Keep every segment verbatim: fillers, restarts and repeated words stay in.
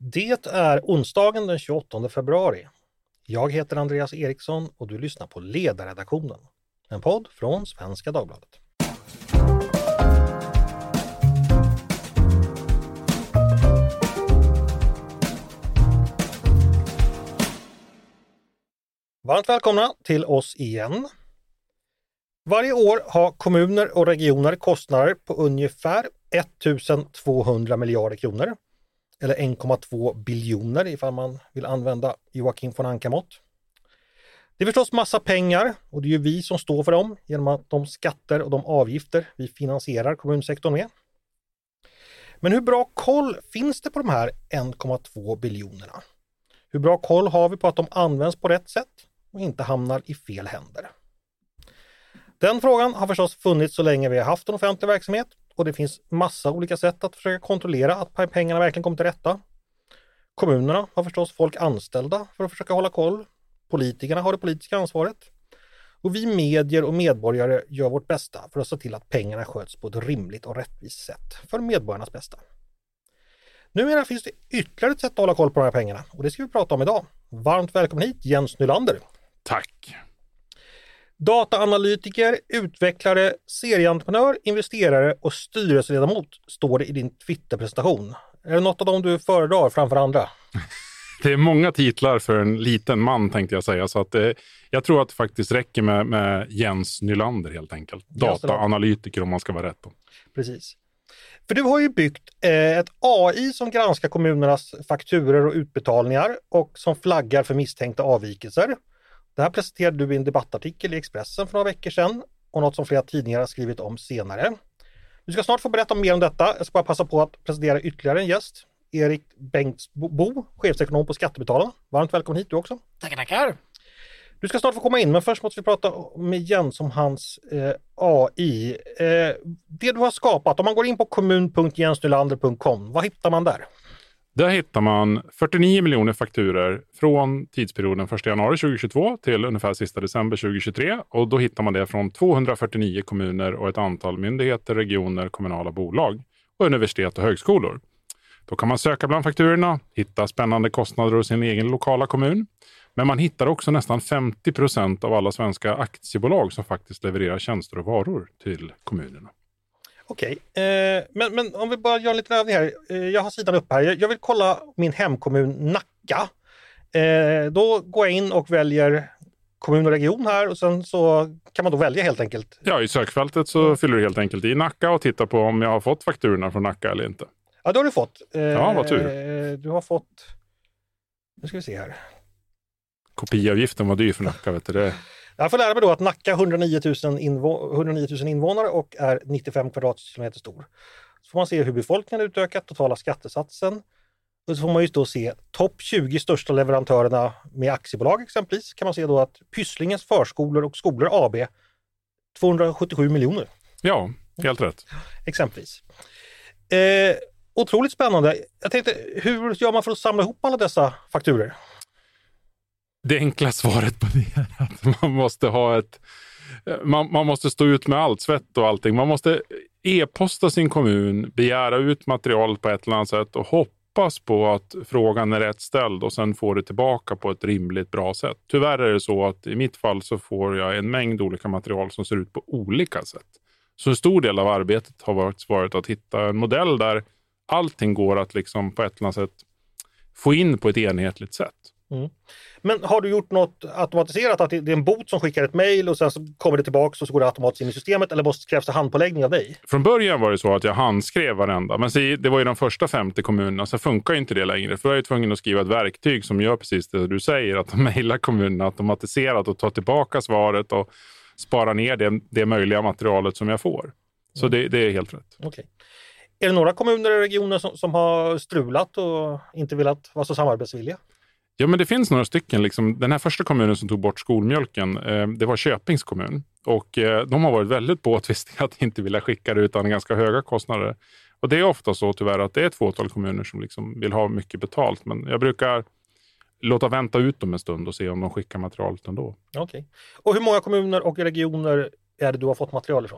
Det är onsdagen den tjugoåttonde februari. Jag heter Andreas Eriksson och du lyssnar på Ledarredaktionen. En podd från Svenska Dagbladet. Varmt välkomna till oss igen. Varje år har kommuner och regioner kostnader på ungefär ettusentvåhundra miljarder kronor. Eller en komma två biljoner ifall man vill använda Joakim von Anka-mått. Det är förstås massa pengar och det är ju vi som står för dem genom de skatter och de avgifter vi finansierar kommunsektorn med. Men hur bra koll finns det på de här en komma två biljonerna? Hur bra koll har vi på att de används på rätt sätt och inte hamnar i fel händer? Den frågan har förstås funnits så länge vi har haft en offentlig verksamhet. Och det finns massa olika sätt att försöka kontrollera att pengarna verkligen kommer till rätta. Kommunerna har förstås folk anställda för att försöka hålla koll. Politikerna har det politiska ansvaret. Och vi medier och medborgare gör vårt bästa för att se till att pengarna sköts på ett rimligt och rättvist sätt för medborgarnas bästa. Numera finns det ytterligare ett sätt att hålla koll på de här pengarna och det ska vi prata om idag. Varmt välkommen hit Jens Nylander. Tack. Dataanalytiker, utvecklare, serieentreprenör, investerare och styrelseledamot står det i din Twitter-presentation. Är det något av dem du föredrar framför andra? Det är många titlar för en liten man tänkte jag säga. Så att det, jag tror att det faktiskt räcker med, med Jens Nylander helt enkelt. Dataanalytiker om man ska vara rätt på. Precis. För du har ju byggt eh, ett A I som granskar kommunernas fakturer och utbetalningar och som flaggar för misstänkta avvikelser. Det här presenterade du i en debattartikel i Expressen för några veckor sedan och något som flera tidningar har skrivit om senare. Du ska snart få berätta mer om detta. Jag ska bara passa på att presentera ytterligare en gäst. Erik Bengtsbo, chefsekonom på Skattebetalarna. Varmt välkommen hit du också. Tackar, tackar. Du ska snart få komma in, men först måste vi prata med Jens om hans eh, A I. Eh, det du har skapat, om man går in på kommun punkt jens nylander punkt com, vad hittar man där? Där hittar man fyrtionio miljoner fakturer från tidsperioden första januari tjugohundratjugotvå till ungefär sista december tjugohundratjugotre. Och då hittar man det från tvåhundrafyrtionio kommuner och ett antal myndigheter, regioner, kommunala bolag och universitet och högskolor. Då kan man söka bland fakturorna, hitta spännande kostnader hos sin egen lokala kommun. Men man hittar också nästan femtio procent av alla svenska aktiebolag som faktiskt levererar tjänster och varor till kommunerna. Okej, eh, men, men om vi bara gör en liten övning här. Eh, jag har sidan upp här. Jag, jag vill kolla min hemkommun Nacka. Eh, då går jag in och väljer kommun och region här och sen så kan man då välja helt enkelt. Ja, i sökfältet så mm. fyller du helt enkelt i Nacka och tittar på om jag har fått fakturorna från Nacka eller inte. Ja, det har du fått. Eh, ja, vad tur. Du har fått... Nu ska vi se här. Kopiavgiften var dyr för Nacka, vet du det? Jag får lära mig då att Nacka har hundranio tusen, invå- hundranio tusen invånare och är nittiofem kvadratkilometer stor. Så får man se hur befolkningen utökat, totala skattesatsen. Och så får man just då se topp tjugo största leverantörerna med aktiebolag exempelvis. Kan man se då att Pysslingens förskolor och skolor A B tvåhundrasjuttiosju miljoner. Ja, helt rätt. Exempelvis. Eh, otroligt spännande. Jag tänkte, hur gör man för att samla ihop alla dessa fakturer? Det enkla svaret på det är att man måste ha ett man, man måste stå ut med allt, svett och allting. Man måste e-posta sin kommun, begära ut material på ett eller annat sätt och hoppas på att frågan är rätt ställd och sen får det tillbaka på ett rimligt bra sätt. Tyvärr är det så att i mitt fall så får jag en mängd olika material som ser ut på olika sätt. Så en stor del av arbetet har varit svaret att hitta en modell där allting går att liksom på ett eller annat sätt få in på ett enhetligt sätt. Mm. Men har du gjort något automatiserat, att det är en bot som skickar ett mejl och sen så kommer det tillbaka och så går det automatiskt in i systemet, eller måste krävs det handpåläggning av dig? Från början var det så att jag handskrev varenda, men så, det var ju de första femtio kommunerna, så funkar inte det längre, för jag är tvungen att skriva ett verktyg som gör precis det du säger, att de mejlar kommunerna automatiserat och tar tillbaka svaret och spara ner det, det möjliga materialet som jag får. Så mm. det, det är helt rätt. Okej. Är det några kommuner och regioner som, som har strulat och inte velat vara så samarbetsvilliga? Ja, men det finns några stycken. Liksom, den här första kommunen som tog bort skolmjölken, eh, det var Köpings kommun. Och eh, de har varit väldigt påtvistiga att inte vilja skicka det utan ganska höga kostnader. Och det är ofta så tyvärr att det är ett fåtal kommuner som liksom vill ha mycket betalt. Men jag brukar låta vänta ut dem en stund och se om de skickar materialet ändå. Okej. Och hur många kommuner och regioner är det du har fått material ifrån?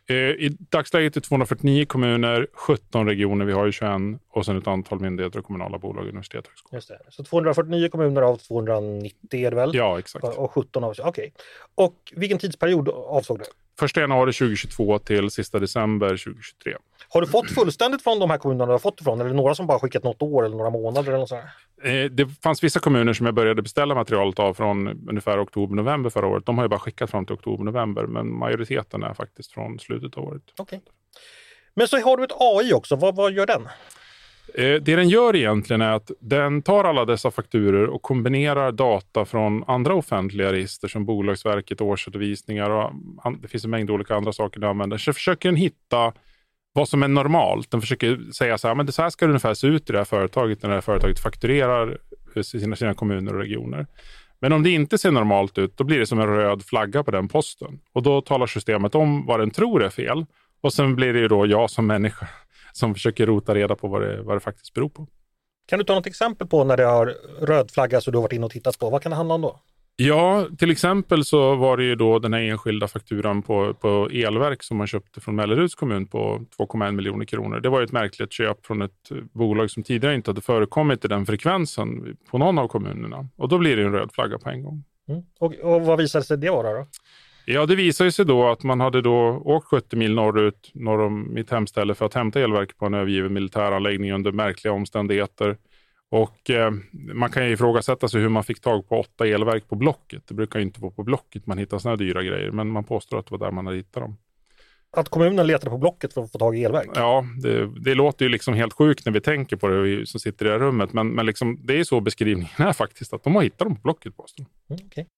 I dagsläget är tvåhundrafyrtionio kommuner, sjutton regioner, vi har ju tjugoett och sen ett antal myndigheter och kommunala bolag, universitet och högskolor. Just det. Så tvåhundrafyrtionio kommuner av tvåhundranittio är det väl? Ja, exakt. Och sjutton av... Okej. Okay. Och vilken tidsperiod avsåg det? första januari tjugohundratjugotvå till sista december tjugohundratjugotre. Har du fått fullständigt från de här kommunerna du har fått ifrån? Eller några som bara skickat något år eller några månader eller något sådär? Eh, det fanns vissa kommuner som jag började beställa materialet av från ungefär oktober-november förra året. De har ju bara skickat fram till oktober-november, men majoriteten är faktiskt från slutet av året. Okej. Okay. Men så har du ett A I också. Vad, vad gör den? Eh, det den gör egentligen är att den tar alla dessa fakturor och kombinerar data från andra offentliga register som Bolagsverket, årsredovisningar och an- det finns en mängd olika andra saker den använder. Så försöker den hitta vad som är normalt. Den försöker säga så här, men det så här ska det ungefär se ut i det här företaget när det här företaget fakturerar sina, sina kommuner och regioner. Men om det inte ser normalt ut, då blir det som en röd flagga på den posten. Och då talar systemet om vad den tror är fel. Och sen blir det ju då jag som människa som försöker rota reda på vad det, vad det faktiskt beror på. Kan du ta något exempel på när det har röd flagga så du har varit inne och tittat på? Vad kan det handla om då? Ja, till exempel så var det ju då den här enskilda fakturan på, på elverk som man köpte från Melleruds kommun på två komma en miljoner kronor. Det var ju ett märkligt köp från ett bolag som tidigare inte hade förekommit i den frekvensen på någon av kommunerna. Och då blir det en röd flagga på en gång. Mm. Och, och vad visade sig det vara då? Ja, det visade sig då att man hade då åkt sjuttio mil norrut, norr om mitt hemställe för att hämta elverk på en övergiven militäranläggning under märkliga omständigheter. Och eh, man kan ju ifrågasätta sig hur man fick tag på åtta elverk på Blocket. Det brukar ju inte vara på Blocket man hittar såna här dyra grejer, men man påstår att det var där man hade hittat dem. Att kommunen letade på Blocket för att få tag i elverk? Ja, det, det låter ju liksom helt sjukt när vi tänker på det vi som sitter i det här rummet. Men, men liksom, det är så beskrivningen är faktiskt, att de har hittat dem på Blocket, påstår de. Mm, okay.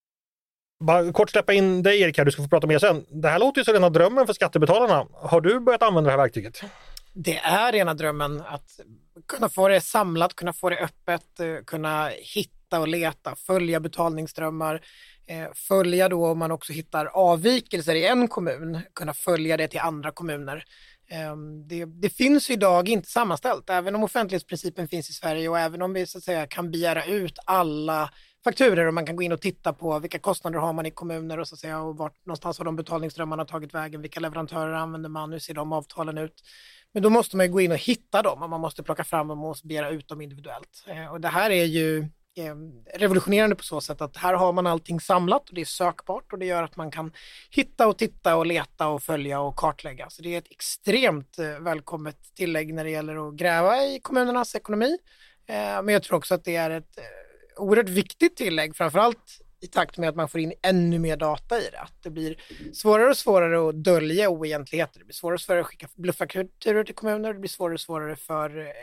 Bara kort släppa in dig, Erik, här, du ska få prata mer sen. Det här låter ju som rena drömmen för skattebetalarna. Har du börjat använda det här verktyget? Det är rena drömmen att kunna få det samlat, kunna få det öppet, kunna hitta och leta, följa betalningsströmmar, följa då om man också hittar avvikelser i en kommun, kunna följa det till andra kommuner. Det, det finns idag inte sammanställt, även om offentlighetsprincipen finns i Sverige och även om vi så att säga kan begära ut alla fakturer och man kan gå in och titta på vilka kostnader har man i kommuner och så att säga och vart någonstans har de betalningsströmmarna tagit vägen, vilka leverantörer använder man, hur ser de avtalen ut. Men då måste man ju gå in och hitta dem och man måste plocka fram dem och begära ut dem individuellt. Och det här är ju revolutionerande på så sätt att här har man allting samlat och det är sökbart och det gör att man kan hitta och titta och leta och följa och kartlägga. Så det är ett extremt välkommet tillägg när det gäller att gräva i kommunernas ekonomi. Men jag tror också att det är ett oerhört viktigt tillägg, framförallt i takt med att man får in ännu mer data i det. Att det blir svårare och svårare att dölja oegentligheter. Det blir svårare och svårare att skicka bluffakturor till kommuner. Det blir svårare och svårare för eh,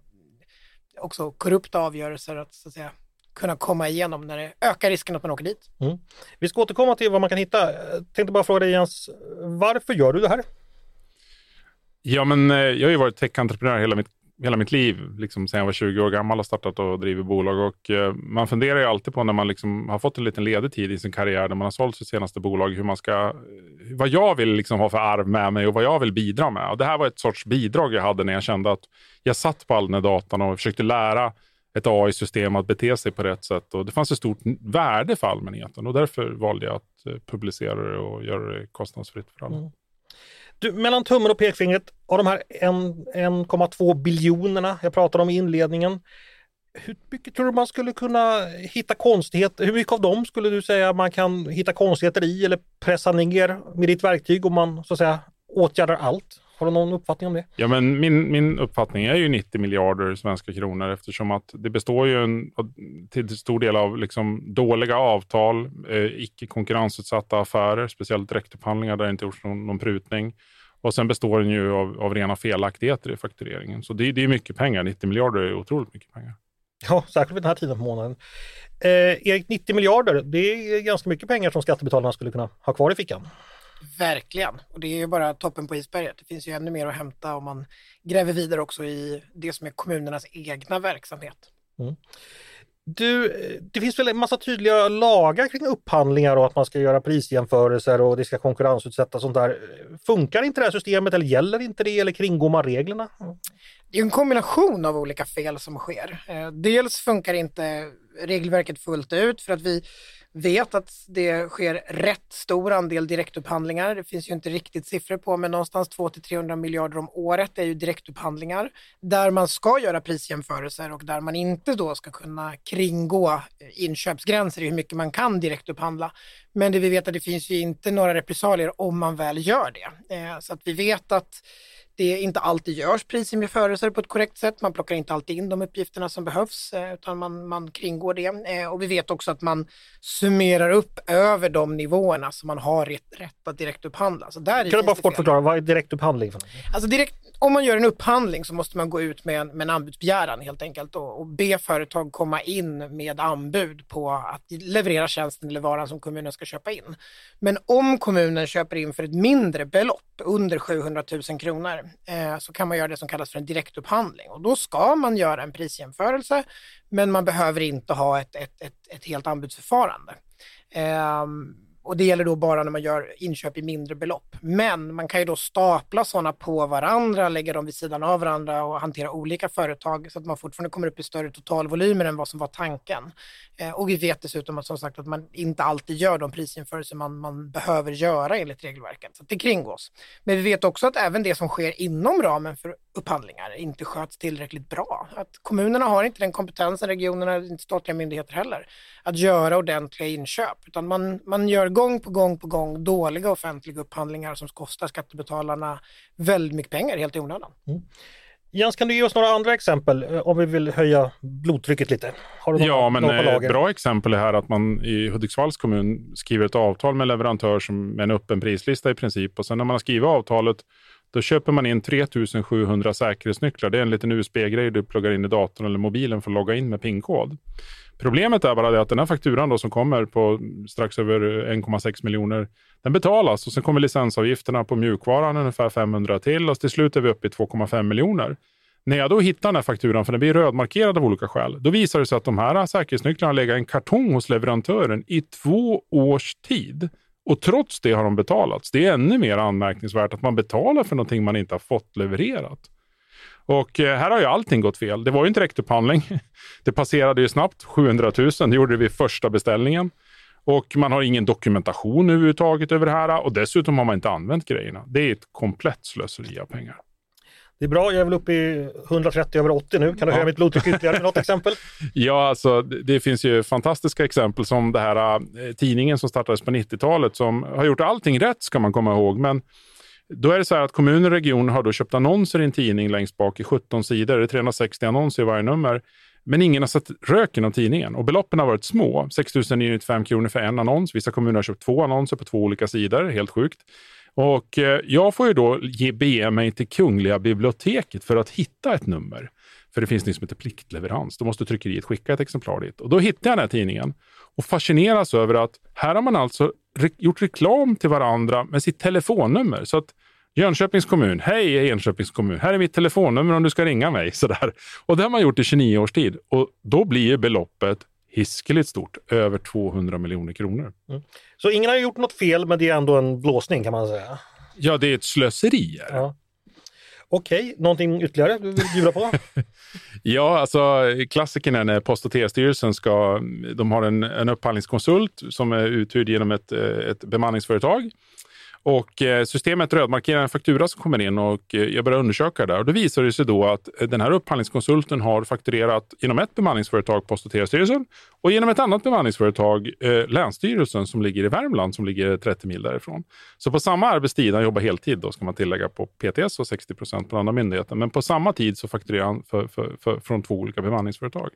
också korrupta avgörelser att, så att säga, kunna komma igenom när det ökar risken att man åker dit. Mm. Vi ska återkomma till vad man kan hitta. Jag tänkte bara fråga dig, Jens, varför gör du det här? Ja, men jag har ju varit tech-entreprenör hela mitt hela mitt liv, liksom sedan jag var tjugo år gammal och startat och driver bolag och eh, man funderar ju alltid på när man liksom har fått en liten ledig tid i sin karriär där man har sålt sitt senaste bolag, hur man ska, vad jag vill liksom ha för arv med mig och vad jag vill bidra med. Och det här var ett sorts bidrag jag hade när jag kände att jag satt på all den här datan och försökte lära ett A I-system att bete sig på rätt sätt och det fanns ett stort värde för allmänheten och därför valde jag att publicera det och göra det kostnadsfritt för alla. Mm. Du, mellan tummen och pekfingret av de här en komma två biljonerna jag pratade om i inledningen, hur mycket tror du man skulle kunna hitta konstigheter? Hur mycket av dem skulle du säga man kan hitta konstigheter i eller pressa ner med ditt verktyg om man så att säga åtgärdar allt? Har du någon uppfattning om det? Ja, men min, min uppfattning är ju nittio miljarder svenska kronor eftersom att det består ju en, till stor del av liksom dåliga avtal, eh, icke konkurrensutsatta affärer, speciellt direktupphandlingar där det inte gjorts någon, någon prutning. Och sen består den ju av, av rena felaktigheter i faktureringen. Så det, det är mycket pengar. nittio miljarder är otroligt mycket pengar. Ja, särskilt vid den här tiden på månaden. Eh, Erik, nittio miljarder, det är ganska mycket pengar som skattebetalarna skulle kunna ha kvar i fickan. Verkligen. Och det är ju bara toppen på isberget. Det finns ju ännu mer att hämta om man gräver vidare också i det som är kommunernas egna verksamhet. Mm. Du, det finns väl en massa tydliga lagar kring upphandlingar och att man ska göra prisjämförelser och det ska konkurrensutsätta sånt där. Funkar inte det här systemet eller gäller inte det eller kringgår man reglerna? Det är en kombination av olika fel som sker. Dels funkar inte regelverket fullt ut för att vi vet att det sker rätt stor andel direktupphandlingar. Det finns ju inte riktigt siffror på, men någonstans tvåhundra till trehundra miljarder om året är ju direktupphandlingar där man ska göra prisjämförelser och där man inte då ska kunna kringgå inköpsgränser i hur mycket man kan direktupphandla. Men det vi vet att det finns ju inte några repressalier om man väl gör det. Så att vi vet att det inte alltid görs prisjämförelser på ett korrekt sätt. Man plockar inte alltid in de uppgifterna som behövs utan man, man kringgår det. Och vi vet också att man summerar upp över de nivåerna som man har rätt, rätt att direktupphandla. Så där kan du bara fort förklara, vad är direktupphandling för något? Alltså direkt, om man gör en upphandling så måste man gå ut med en, med en anbudsbegäran helt enkelt och, och be företag komma in med anbud på att leverera tjänsten eller varan som kommunen ska köpa in. Men om kommunen köper in för ett mindre belopp, under sjuhundratusen kronor, eh, så kan man göra det som kallas för en direktupphandling. Och då ska man göra en prisjämförelse, men man behöver inte ha ett, ett, ett, ett helt anbudsförfarande. Eh, Och det gäller då bara när man gör inköp i mindre belopp. Men man kan ju då stapla sådana på varandra, lägga dem vid sidan av varandra och hantera olika företag så att man fortfarande kommer upp i större totalvolymer än vad som var tanken. Eh, och vi vet dessutom att, som sagt, att man inte alltid gör de prisjämförelser man, man behöver göra enligt regelverket. Så det kringgås. Men vi vet också att även det som sker inom ramen för upphandlingar inte sköts tillräckligt bra. Att kommunerna har inte den kompetensen, regionerna, inte statliga myndigheter heller, att göra ordentliga inköp. Utan man, man gör gång på gång på gång dåliga offentliga upphandlingar som kostar skattebetalarna väldigt mycket pengar helt i onödan. Mm. Jens, kan du ge oss några andra exempel om vi vill höja blodtrycket lite? Har du ja, men ett bra exempel är här att man i Hudiksvalls kommun skriver ett avtal med leverantör som med en öppen prislista i princip. Och sen när man har skrivit avtalet, då köper man in tre tusen sjuhundra säkerhetsnycklar. Det är en liten U S B-grej du pluggar in i datorn eller mobilen för att logga in med PIN-kod. Problemet är bara det att den här fakturan då som kommer på strax över en komma sex miljoner, den betalas och sen kommer licensavgifterna på mjukvaran ungefär femhundra till och till slut är vi uppe i två komma fem miljoner. När jag då hittar den här fakturan, för den blir rödmarkerad av olika skäl, då visar det sig att de här säkerhetsnycklarna lägger en kartong hos leverantören i två års tid. Och trots det har de betalats. Det är ännu mer anmärkningsvärt att man betalar för någonting man inte har fått levererat. Och här har ju allting gått fel. Det var ju en direktupphandling. Det passerade ju snabbt sjuhundratusen. Det gjorde det vid första beställningen. Och man har ingen dokumentation överhuvudtaget över det här. Och dessutom har man inte använt grejerna. Det är ett komplett slöseri av pengar. Det är bra, jag är väl uppe i hundratrettio över åttio nu. Kan du ja. höja mitt blodtryck ytterligare med något exempel? Ja, alltså det finns ju fantastiska exempel som det här eh, tidningen som startades på nittiotalet som har gjort allting rätt ska man komma ihåg. Men då är det så här att kommuner och regioner har då köpt annonser i en tidning längst bak i sjutton sidor. Det är trehundrasextio annonser i varje nummer. Men ingen har sett röken av tidningen. Och beloppen har varit små. sex tusen niohundranittiofem kronor för en annons. Vissa kommuner har köpt två annonser på två olika sidor. Helt sjukt. Och eh, jag får ju då ge, bege mig till Kungliga biblioteket för att hitta ett nummer. För det finns något som heter pliktleverans. Då måste tryckeriet skicka ett exemplar dit. Och då hittar jag den här tidningen. Och fascineras över att här har man alltså re- gjort reklam till varandra med sitt telefonnummer. Så att Jönköpings kommun, hej Jönköpings kommun, här är mitt telefonnummer om du ska ringa mig. Sådär. Och det har man gjort i tjugonio års tid. Och då blir beloppet hiskeligt stort, över tvåhundra miljoner kronor. Mm. Så ingen har gjort något fel, men det är ändå en blåsning kan man säga. Ja, det är ett slöseri. Ja. Okej, någonting ytterligare du vill bjuda på? Ja, alltså klassiken är när Post- och telestyrelsen ska, de har en, en upphandlingskonsult som är uthyrd genom ett, ett bemanningsföretag. Och systemet rödmarkerar en faktura som kommer in och jag börjar undersöka det. Och då visar det sig då att den här upphandlingskonsulten har fakturerat genom ett bemanningsföretag, Post- och telestyrelsen, och genom ett annat bemanningsföretag, eh, Länsstyrelsen som ligger i Värmland som ligger trettio mil därifrån. Så på samma arbetstid, han jobbar heltid då ska man tillägga på P T S och sextio procent på andra myndigheter. Men på samma tid så fakturerar han för, för, för, från två olika bemanningsföretag.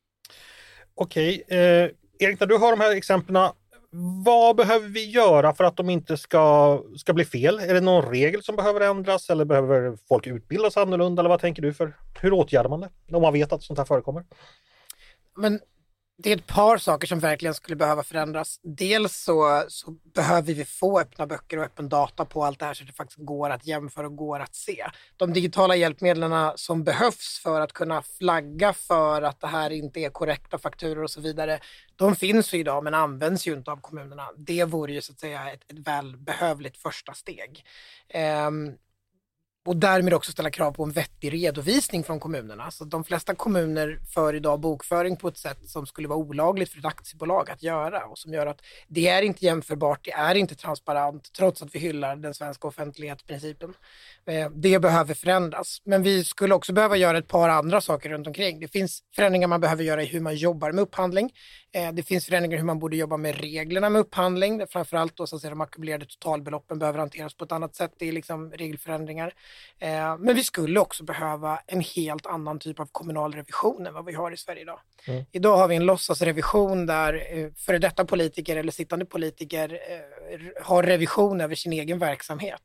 Okej, eh, Erik, när du har de här exemplen, vad behöver vi göra för att de inte ska, ska bli fel? Är det någon regel som behöver ändras eller behöver folk utbildas annorlunda? Eller vad tänker du för? Hur åtgärdar man det? Om man vet att sånt här förekommer. Men det är ett par saker som verkligen skulle behöva förändras. Dels så, så behöver vi få öppna böcker och öppen data på allt det här så att det faktiskt går att jämföra och går att se. De digitala hjälpmedlen som behövs för att kunna flagga för att det här inte är korrekta fakturor och så vidare, de finns ju idag men används ju inte av kommunerna. Det vore ju så att säga ett, ett välbehövligt första steg. Um, och därmed också ställa krav på en vettig redovisning från kommunerna. Så de flesta kommuner för idag bokföring på ett sätt som skulle vara olagligt för ett aktiebolag att göra och som gör att det är inte jämförbart, det är inte transparent trots att vi hyllar den svenska offentlighetsprincipen. Det behöver förändras. Men vi skulle också behöva göra ett par andra saker runt omkring. Det finns förändringar man behöver göra i hur man jobbar med upphandling. Det finns förändringar i hur man borde jobba med reglerna med upphandling. Framförallt då så att säga, de ackumulerade totalbeloppen behöver hanteras på ett annat sätt. Det är liksom regelförändringar. Men vi skulle också behöva en helt annan typ av kommunal revision än vad vi har i Sverige idag. Mm. Idag har vi en låtsasrevision där före detta politiker eller sittande politiker har revision över sin egen verksamhet.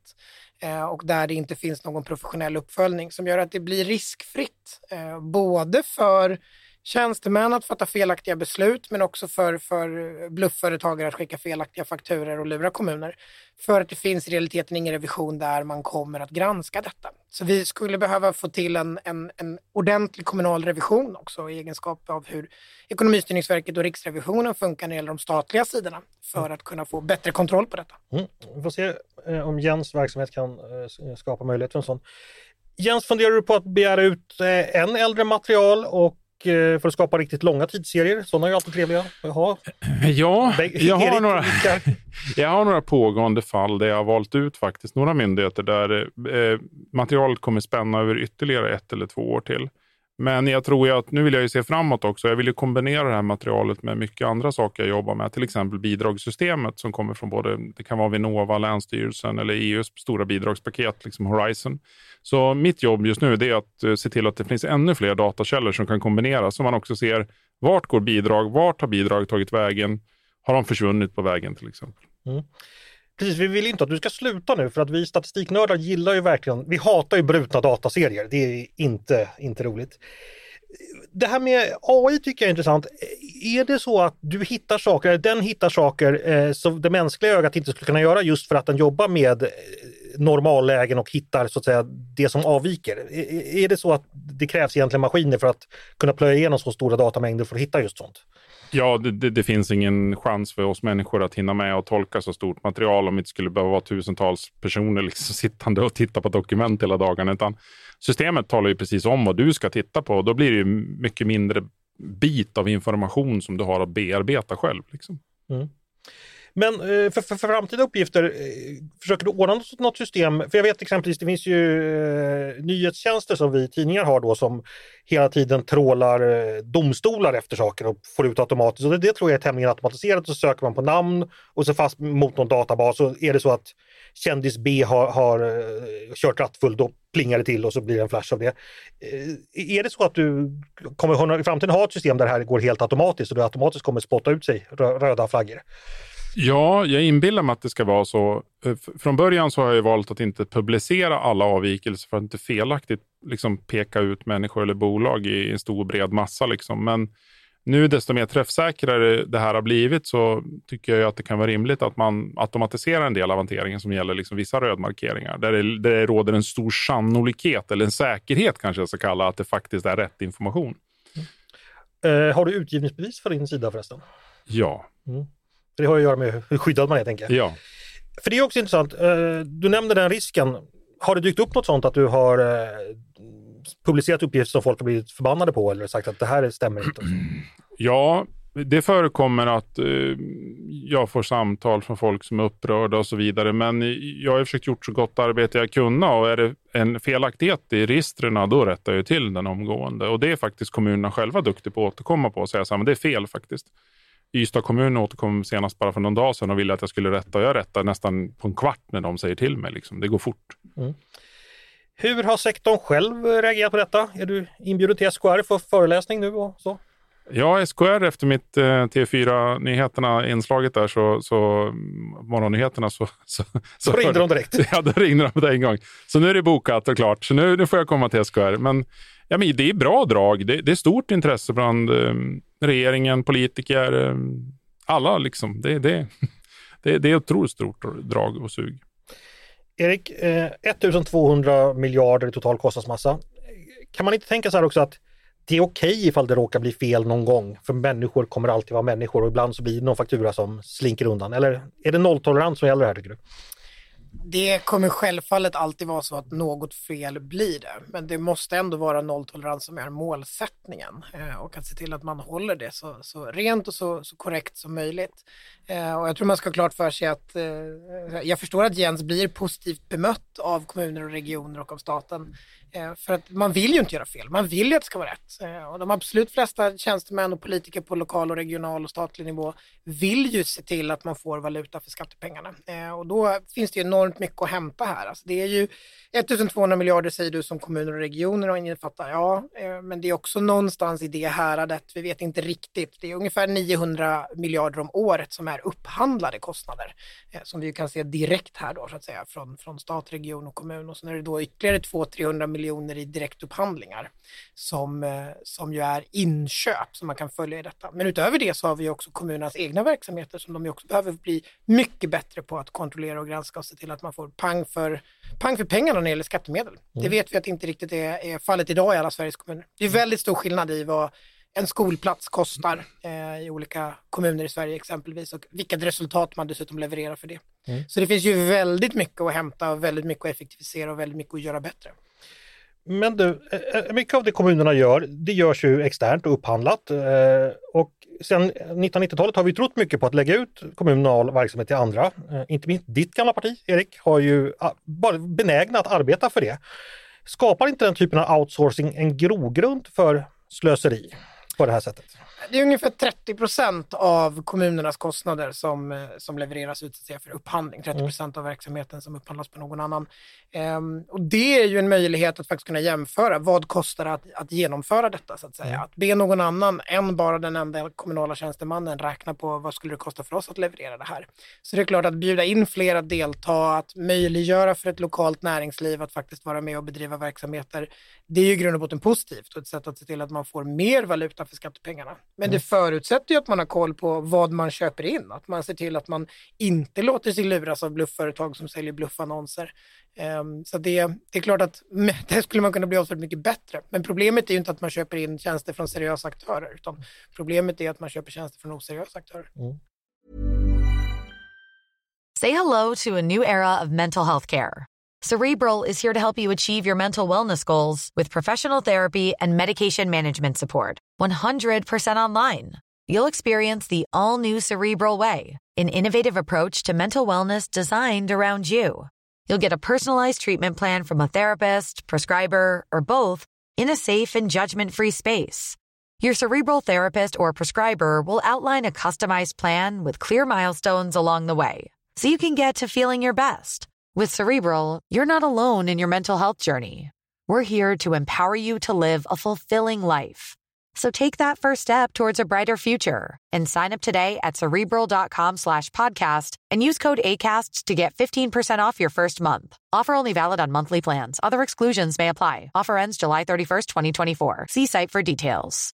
Och där det inte finns någon professionell uppföljning som gör att det blir riskfritt både för tjänstemän att fatta felaktiga beslut men också för, för bluffföretagare att skicka felaktiga fakturor och lura kommuner. För att det finns i realiteten ingen revision där man kommer att granska detta. Så vi skulle behöva få till en, en, en ordentlig kommunal revision också i egenskap av hur Ekonomistyrningsverket och Riksrevisionen funkar när det gäller de statliga sidorna för att kunna få bättre kontroll på detta. Mm. Vi får se eh, om Jens verksamhet kan eh, skapa möjlighet för en sån. Jens, funderar du på att begära ut eh, en äldre material och för att skapa riktigt långa tidsserier? Sådana är ju alltid trevliga att ha. Ja, jag har, några, jag har några pågående fall där jag har valt ut faktiskt några myndigheter där eh, materialet kommer spänna över ytterligare ett eller två år till. Men jag tror ju att nu vill jag ju se framåt också. Jag vill ju kombinera det här materialet med mycket andra saker jag jobbar med. Till exempel bidragssystemet som kommer från både, det kan vara Vinnova, Länsstyrelsen eller E U:s stora bidragspaket, liksom Horizon. Så mitt jobb just nu är att se till att det finns ännu fler datakällor som kan kombineras. Så man också ser vart går bidrag, vart har bidrag tagit vägen, har de försvunnit på vägen till exempel. Mm. Precis, vi vill inte att du ska sluta nu för att vi statistiknördar gillar ju verkligen, vi hatar ju brutna dataserier, det är inte, inte roligt. Det här med A I tycker jag är intressant. Är det så att du hittar saker, den hittar saker eh, som det mänskliga ögat inte skulle kunna göra just för att den jobbar med normallägen och hittar så att säga det som avviker? Är, är det så att det krävs egentligen maskiner för att kunna plöja igenom så stora datamängder för att hitta just sånt? Ja, det, det, det finns ingen chans för oss människor att hinna med och tolka så stort material om det inte skulle behöva vara tusentals personer liksom sittande och titta på dokument hela dagen. Utan systemet talar ju precis om vad du ska titta på och då blir det ju mycket mindre bit av information som du har att bearbeta själv. Liksom. Mm. Men för, för, för framtida uppgifter, försöker du ordna något system? För jag vet exempelvis, det finns ju eh, nyhetstjänster som vi tidningar har då som hela tiden trålar eh, domstolar efter saker och får ut automatiskt. Och det, det tror jag är tämligen automatiserat. Så söker man på namn och så fast mot någon databas så är det så att kändis B har, har eh, kört rattfull, då plingar det till och så blir det en flash av det. Eh, är det så att du kommer i framtiden ha ett system där det här går helt automatiskt och du automatiskt kommer spotta ut sig rö- röda flaggor? Ja, jag inbillar mig att det ska vara så. Från början så har jag valt att inte publicera alla avvikelser för att inte felaktigt liksom peka ut människor eller bolag i en stor bred massa. Liksom. Men nu desto mer träffsäkrare det här har blivit så tycker jag att det kan vara rimligt att man automatiserar en del av hanteringen som gäller liksom vissa rödmarkeringar. Där det, där det råder en stor sannolikhet eller en säkerhet kanske jag ska kalla att det faktiskt är rätt information. Mm. Uh, har du utgivningsbevis för din sida förresten? Ja. Mm. Det har att göra med hur skyddad man är, tänker jag. Ja. För det är också intressant. Du nämnde den risken. Har det dykt upp något sånt att du har publicerat uppgifter som folk har blivit förbannade på eller sagt att det här stämmer inte? Ja, det förekommer att jag får samtal från folk som är upprörda och så vidare. Men jag har försökt gjort så gott arbete jag kunna och är det en felaktighet i registrerna då rättar jag till den omgående. Och det är faktiskt kommunerna själva duktiga på att återkomma på och säga så här, men det är fel faktiskt. Ystad kommun återkom senast bara för någon dag sedan och ville att jag skulle rätta och jag rättar nästan på en kvart när de säger till mig. Liksom. Det går fort. Mm. Hur har sektorn själv reagerat på detta? Är du inbjuden till S K R för föreläsning nu och så? Ja, S K R efter mitt eh, T fyra-nyheterna inslaget där så, så morgonnyheterna så... Så, så ringde de direkt. Ja, då ringde de på en gång. Så nu är det bokat och klart. Så nu, nu får jag komma till S K R. Men, ja, men det är bra drag. Det, det är stort intresse bland eh, regeringen, politiker, eh, alla liksom. Det, det, det, det är ett otroligt stort drag och sug. Erik, eh, ettusentvåhundra miljarder i total kostnadsmassa. Kan man inte tänka så här också att det är okej ifall det råkar bli fel någon gång? För människor kommer alltid vara människor och ibland så blir det någon faktura som slinker undan. Eller är det nolltolerans som gäller här, tycker du? Det kommer självfallet alltid vara så att något fel blir det, men det måste ändå vara nolltolerans som är målsättningen eh, och att se till att man håller det så, så rent och så, så korrekt som möjligt. Eh, och jag tror man ska ha klart för sig att eh, jag förstår att Jens blir positivt bemött av kommuner och regioner och av staten. Eh, för att man vill ju inte göra fel, man vill ju att det ska vara rätt. Eh, och de absolut flesta tjänstemän och politiker på lokal och regional och statlig nivå vill ju se till att man får valuta för skattepengarna. Eh, och då finns det ju enormt mycket att hämta här. Alltså det är ju ettusentvåhundra miljarder säger du som kommuner och regioner och innefattar, ja, eh, men det är också någonstans i det häradet, vi vet inte riktigt. Det är ungefär niohundra miljarder om året som är upphandlade kostnader, eh, som vi kan se direkt här då så att säga från, från stat, region och kommun. Och sen är det då ytterligare tvåhundra till trehundra miljoner i direktupphandlingar som, eh, som ju är inköp som man kan följa i detta. Men utöver det så har vi också kommunernas egna verksamheter som de ju också behöver bli mycket bättre på att kontrollera och granska och se till att man får pang för, pang för pengarna när det gäller skattemedel. Mm. Det vet vi att inte riktigt är, är fallet idag i alla Sveriges kommuner. Det är väldigt stor skillnad i vad en skolplats kostar eh, i olika kommuner i Sverige exempelvis och vilket resultat man dessutom levererar för det. Mm. Så det finns ju väldigt mycket att hämta och väldigt mycket att effektivisera och väldigt mycket att göra bättre. Men du, mycket av det kommunerna gör, det görs ju externt och upphandlat. Och sen nittonhundranittiotalet har vi trott mycket på att lägga ut kommunal verksamhet till andra. Inte minst ditt gamla parti, Erik, har ju bara benägna att arbeta för det. Skapar inte den typen av outsourcing en grogrund för slöseri på det här sättet? Det är ungefär trettio procent av kommunernas kostnader som, som levereras ut för upphandling. trettio procent av verksamheten som upphandlas på någon annan. Um, och det är ju en möjlighet att faktiskt kunna jämföra. Vad kostar det att, att genomföra detta så att säga? Mm. Att be någon annan än bara den enda kommunala tjänstemannen räkna på vad skulle det kosta för oss att leverera det här. Så det är klart att bjuda in fler att delta, att möjliggöra för ett lokalt näringsliv att faktiskt vara med och bedriva verksamheter. Det är ju i grund och botten positivt och ett sätt att se till att man får mer valuta för skattepengarna. Men mm. det förutsätter ju att man har koll på vad man köper in. Att man ser till att man inte låter sig luras av bluffföretag som säljer bluffannonser. Um, så det, det är klart att det skulle man kunna bli avsevärt mycket bättre. Men problemet är ju inte att man köper in tjänster från seriösa aktörer. Utan problemet är att man köper tjänster från oseriösa aktörer. Mm. Say hello to a new era of mental health care. Cerebral is here to help you achieve your mental wellness goals with professional therapy and medication management support. one hundred percent online. You'll experience the all-new Cerebral Way, an innovative approach to mental wellness designed around you. You'll get a personalized treatment plan from a therapist, prescriber, or both in a safe and judgment-free space. Your Cerebral therapist or prescriber will outline a customized plan with clear milestones along the way, so you can get to feeling your best. With Cerebral, you're not alone in your mental health journey. We're here to empower you to live a fulfilling life. So take that first step towards a brighter future and sign up today at Cerebral.com slash podcast and use code ACAST to get fifteen percent off your first month. Offer only valid on monthly plans. Other exclusions may apply. Offer ends July thirty-first, twenty twenty-four. See site for details.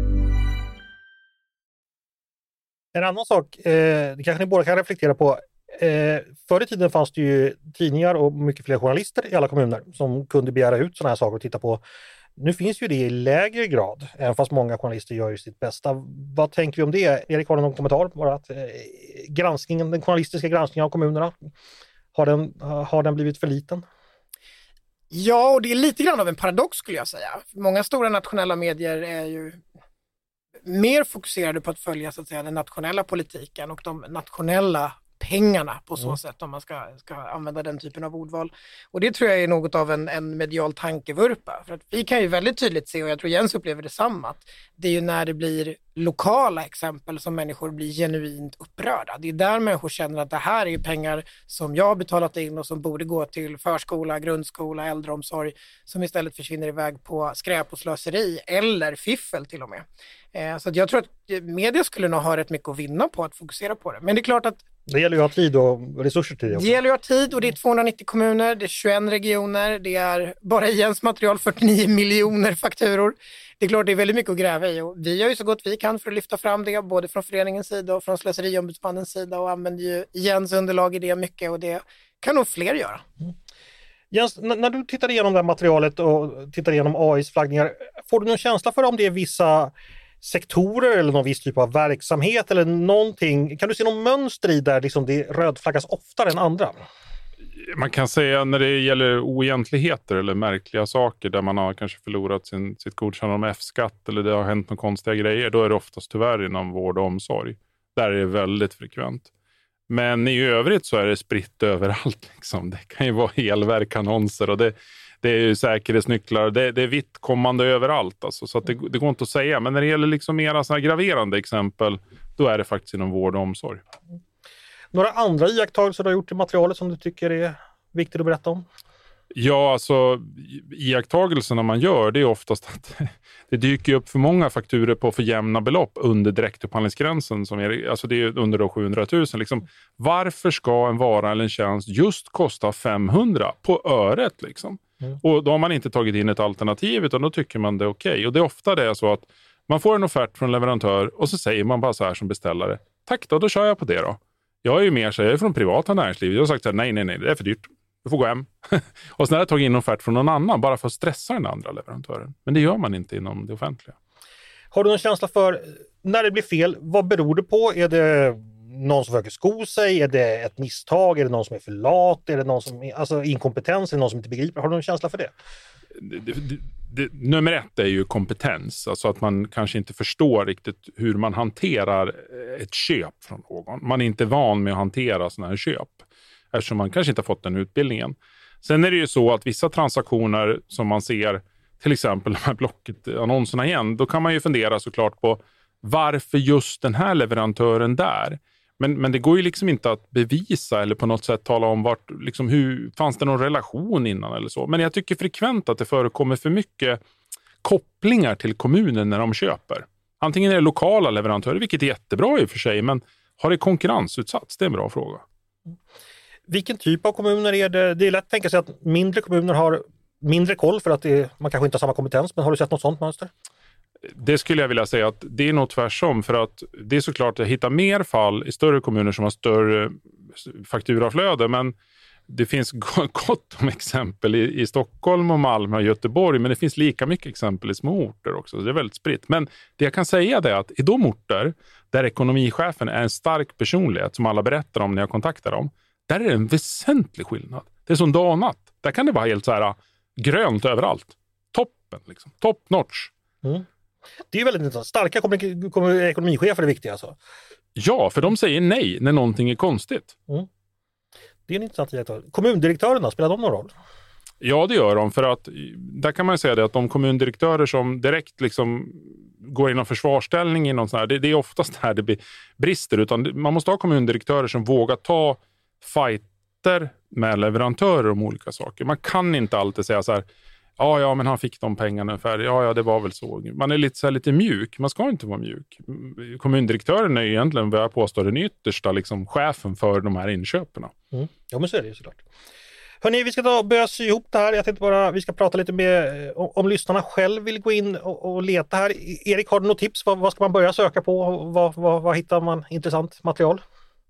En annan sak, eh, det kanske ni båda kan reflektera på. Eh, förr i tiden fanns det ju tidningar och mycket fler journalister i alla kommuner som kunde begära ut sådana här saker och titta på. Nu finns ju det i lägre grad, även fast många journalister gör ju sitt bästa. Vad tänker vi om det? Erik, har du någon kommentar? Bara att eh, granskningen, den journalistiska granskningen av kommunerna, har den, har den blivit för liten? Ja, och det är lite grann av en paradox skulle jag säga. Många stora nationella medier är ju mer fokuserade på att följa så att säga den nationella politiken och de nationella pengarna på så mm. sätt, om man ska, ska använda den typen av ordval. Och det tror jag är något av en, en medial tankevurpa. För att vi kan ju väldigt tydligt se, och jag tror Jens upplever detsamma, att det är ju när det blir lokala exempel som människor blir genuint upprörda. Det är där människor känner att det här är ju pengar som jag har betalat in och som borde gå till förskola, grundskola, äldreomsorg, som istället försvinner iväg på skräp och slöseri eller fiffel till och med. Eh, så att jag tror att media skulle nog ha rätt mycket att vinna på att fokusera på det. Men det är klart att det gäller ju att ha tid och resurser till det också. Det gäller ju att ha tid och det är tvåhundranittio kommuner, det är tjugoett regioner, det är bara i Jens material fyrtionio miljoner fakturor. Det är klart det är väldigt mycket att gräva i och vi gör ju så gott vi kan för att lyfta fram det både från föreningens sida och från slöseriombudsmannens sida och använder ju Jens underlag i det mycket och det kan nog fler göra. Mm. Jens, n- när du tittar igenom det här materialet och tittar igenom A I:s flaggningar, får du någon känsla för om det är vissa sektorer eller någon viss typ av verksamhet eller någonting? Kan du se någon mönster i där liksom det rödflaggas oftare än andra? Man kan säga när det gäller oegentligheter eller märkliga saker där man har kanske förlorat sin, sitt godkännande om F-skatt eller det har hänt några konstiga grejer, då är det oftast tyvärr inom vård och omsorg. Där är det väldigt frekvent. Men i övrigt så är det spritt överallt. Liksom. Det kan ju vara elverk, annonser och det, det är ju säkerhetsnycklar. Det, det är vitt kommande överallt. Alltså, så att det, det går inte att säga. Men när det gäller liksom mera såna graverande exempel, då är det faktiskt inom vård och omsorg. Några andra iakttagelser du har gjort i materialet som du tycker är viktigt att berätta om? Ja, alltså iakttagelserna man gör, det är oftast att det dyker upp för många fakturer på för jämna belopp under direktupphandlingsgränsen. Som är, alltså det är under sjuhundratusen. Liksom, varför ska en vara eller en tjänst just kosta femhundra på öret? Liksom? Mm. Och då har man inte tagit in ett alternativ utan då tycker man det är okej. Okay. Och det är ofta det är så att man får en offert från leverantör och så säger man bara så här som beställare. Tack då, då kör jag på det då. Jag är ju mer så jag är från privata näringsliv. Jag har sagt så här, nej, nej, nej, det är för dyrt. Du får gå hem. Och sen har jag tagit in en offert från någon annan bara för att stressa den andra leverantören. Men det gör man inte inom det offentliga. Har du någon känsla för när det blir fel, vad beror det på? Är det någon som försöker sko sig? Är det ett misstag? Är det någon som är för lat? Är det någon som är, alltså inkompetens? Är det någon som inte begriper? Har du någon känsla för det? Det, det, det nummer ett är ju kompetens. Alltså att man kanske inte förstår riktigt hur man hanterar ett köp från någon. Man är inte van med att hantera sådana här köp. Eftersom man kanske inte har fått den utbildningen. Sen är det ju så att vissa transaktioner som man ser, till exempel de här Blocket-annonserna igen, då kan man ju fundera såklart på varför just den här leverantören där. Men, men det går ju liksom inte att bevisa eller på något sätt tala om vart, liksom hur, fanns det någon relation innan eller så. Men jag tycker frekvent att det förekommer för mycket kopplingar till kommunen när de köper. Antingen är det lokala leverantörer, vilket är jättebra i och för sig, men har det konkurrensutsatts? Det är en bra fråga. Vilken typ av kommuner är det? Det är lätt att tänka sig att mindre kommuner har mindre koll för att det, man kanske inte har samma kompetens, men har du sett något sånt mönster? Det skulle jag vilja säga att det är nog tvärsom, för att det är såklart att hitta mer fall i större kommuner som har större fakturaflöde, men det finns gott om exempel i, i Stockholm och Malmö och Göteborg, men det finns lika mycket exempel i små orter också, så det är väldigt spritt. Men det jag kan säga är att i de orter där ekonomichefen är en stark personlighet som alla berättar om när jag kontaktar dem, där är det en väsentlig skillnad. Det är som dag och natt. Där kan det vara helt så här grönt överallt. Toppen liksom. Top notch. Mm. Det är väldigt intressant. Starka ekonomichefer är viktiga alltså. Ja, för de säger nej när någonting är konstigt. Mm. Det är en intressant iakttagelse. Kommundirektörerna, spelar de någon roll? Ja, det gör de. För att där kan man säga det att de kommundirektörer som direkt liksom går inom försvarsställning inom sån här, det, det är oftast här det brister. Utan man måste ha kommundirektörer som vågar ta fighter med leverantörer om olika saker. Man kan inte alltid säga så här, ja, ja, men han fick de pengarna ungefär. Ja, ja, det var väl så. Man är lite, så här, lite mjuk. Man ska inte vara mjuk. Kommundirektören är egentligen, vad jag påstår, den yttersta liksom, chefen för de här inköperna. Mm. Ja, men så är det ju såklart. Hörrni, vi ska då börja sy ihop det här. Jag tänkte bara, vi ska prata lite med, om, om lyssnarna själv vill gå in och, och leta här. Erik, har du något tips? Vad, vad ska man börja söka på? Vad, vad, vad hittar man intressant material?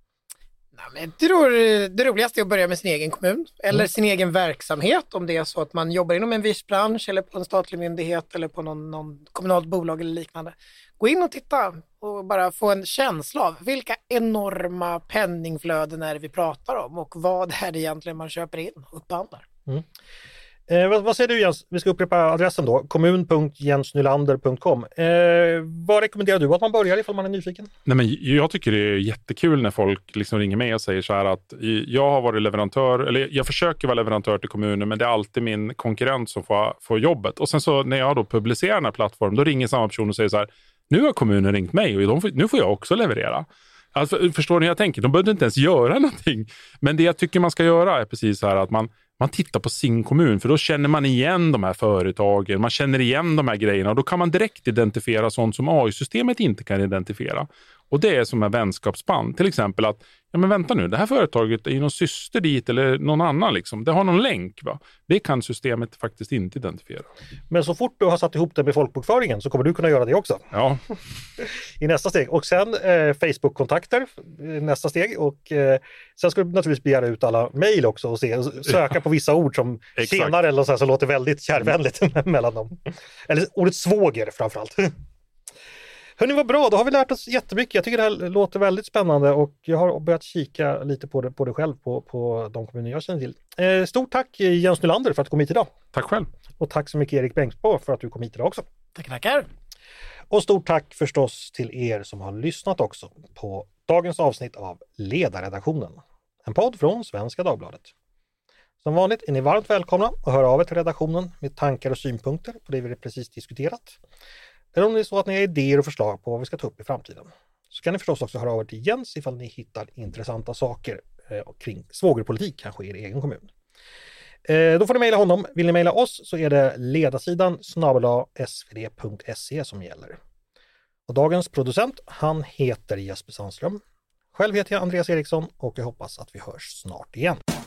Jag tror det roligaste är att börja med sin egen kommun eller mm. sin egen verksamhet, om det är så att man jobbar inom en viss bransch eller på en statlig myndighet eller på någon, någon kommunalt bolag eller liknande. Gå in och titta och bara få en känsla av vilka enorma penningflöden är det vi pratar om och vad är det egentligen man köper in och upphandlar. Mm. Eh, vad, vad säger du Jens? Vi ska upprepa adressen då, kommun punkt jens nylander punkt com. Eh, vad rekommenderar du att man börjar ifall man är nyfiken? Nej, men jag tycker det är jättekul när folk liksom ringer mig och säger så här att jag har varit leverantör, eller jag försöker vara leverantör till kommunen, men det är alltid min konkurrent som får, får jobbet. Och sen så när jag då publicerar den här plattformen, då ringer samma person och säger så här, nu har kommunen ringt mig och de får, nu får jag också leverera. Alltså, förstår ni jag tänker? De behöver inte ens göra någonting. Men det jag tycker man ska göra är precis så här att man Man tittar på sin kommun, för då känner man igen de här företagen, man känner igen de här grejerna och då kan man direkt identifiera sånt som A I-systemet inte kan identifiera. Och det är som en vänskapsband. Till exempel att, ja men vänta nu, det här företaget är ju någon syster dit eller någon annan liksom. Det har någon länk va? Det kan systemet faktiskt inte identifiera. Men så fort du har satt ihop det med folkbokföringen så kommer du kunna göra det också. Ja. I nästa steg. Och sen eh, Facebook-kontakter, nästa steg. Och eh, sen ska du naturligtvis begära ut alla mejl också och se, söka på vissa ord som senare eller så här, så låter väldigt kärvänligt mellan dem. Eller ordet svåger framförallt. Hörrni, vad bra, då har vi lärt oss jättemycket. Jag tycker det här låter väldigt spännande och jag har börjat kika lite på det, på det själv på, på de kommuner jag känner till. Eh, stort tack Jens Nylander för att du kom hit idag. Tack själv. Och tack så mycket Erik Bengtsbo för att du kom hit idag också. Tack, tackar. Och stort tack förstås till er som har lyssnat också på dagens avsnitt av Ledarredaktionen. En podd från Svenska Dagbladet. Som vanligt är ni varmt välkomna att höra av er till redaktionen med tankar och synpunkter på det vi precis diskuterat. Eller om det är så att ni har idéer och förslag på vad vi ska ta upp i framtiden. Så kan ni förstås också höra av er till Jens ifall ni hittar intressanta saker eh, kring svågerpolitik kanske i er egen kommun. Eh, då får ni mejla honom. Vill ni mejla oss så är det ledarsidan snabel-a s v d punkt se som gäller. Och dagens producent, han heter Jesper Sandström. Själv heter jag Andreas Eriksson och jag hoppas att vi hörs snart igen.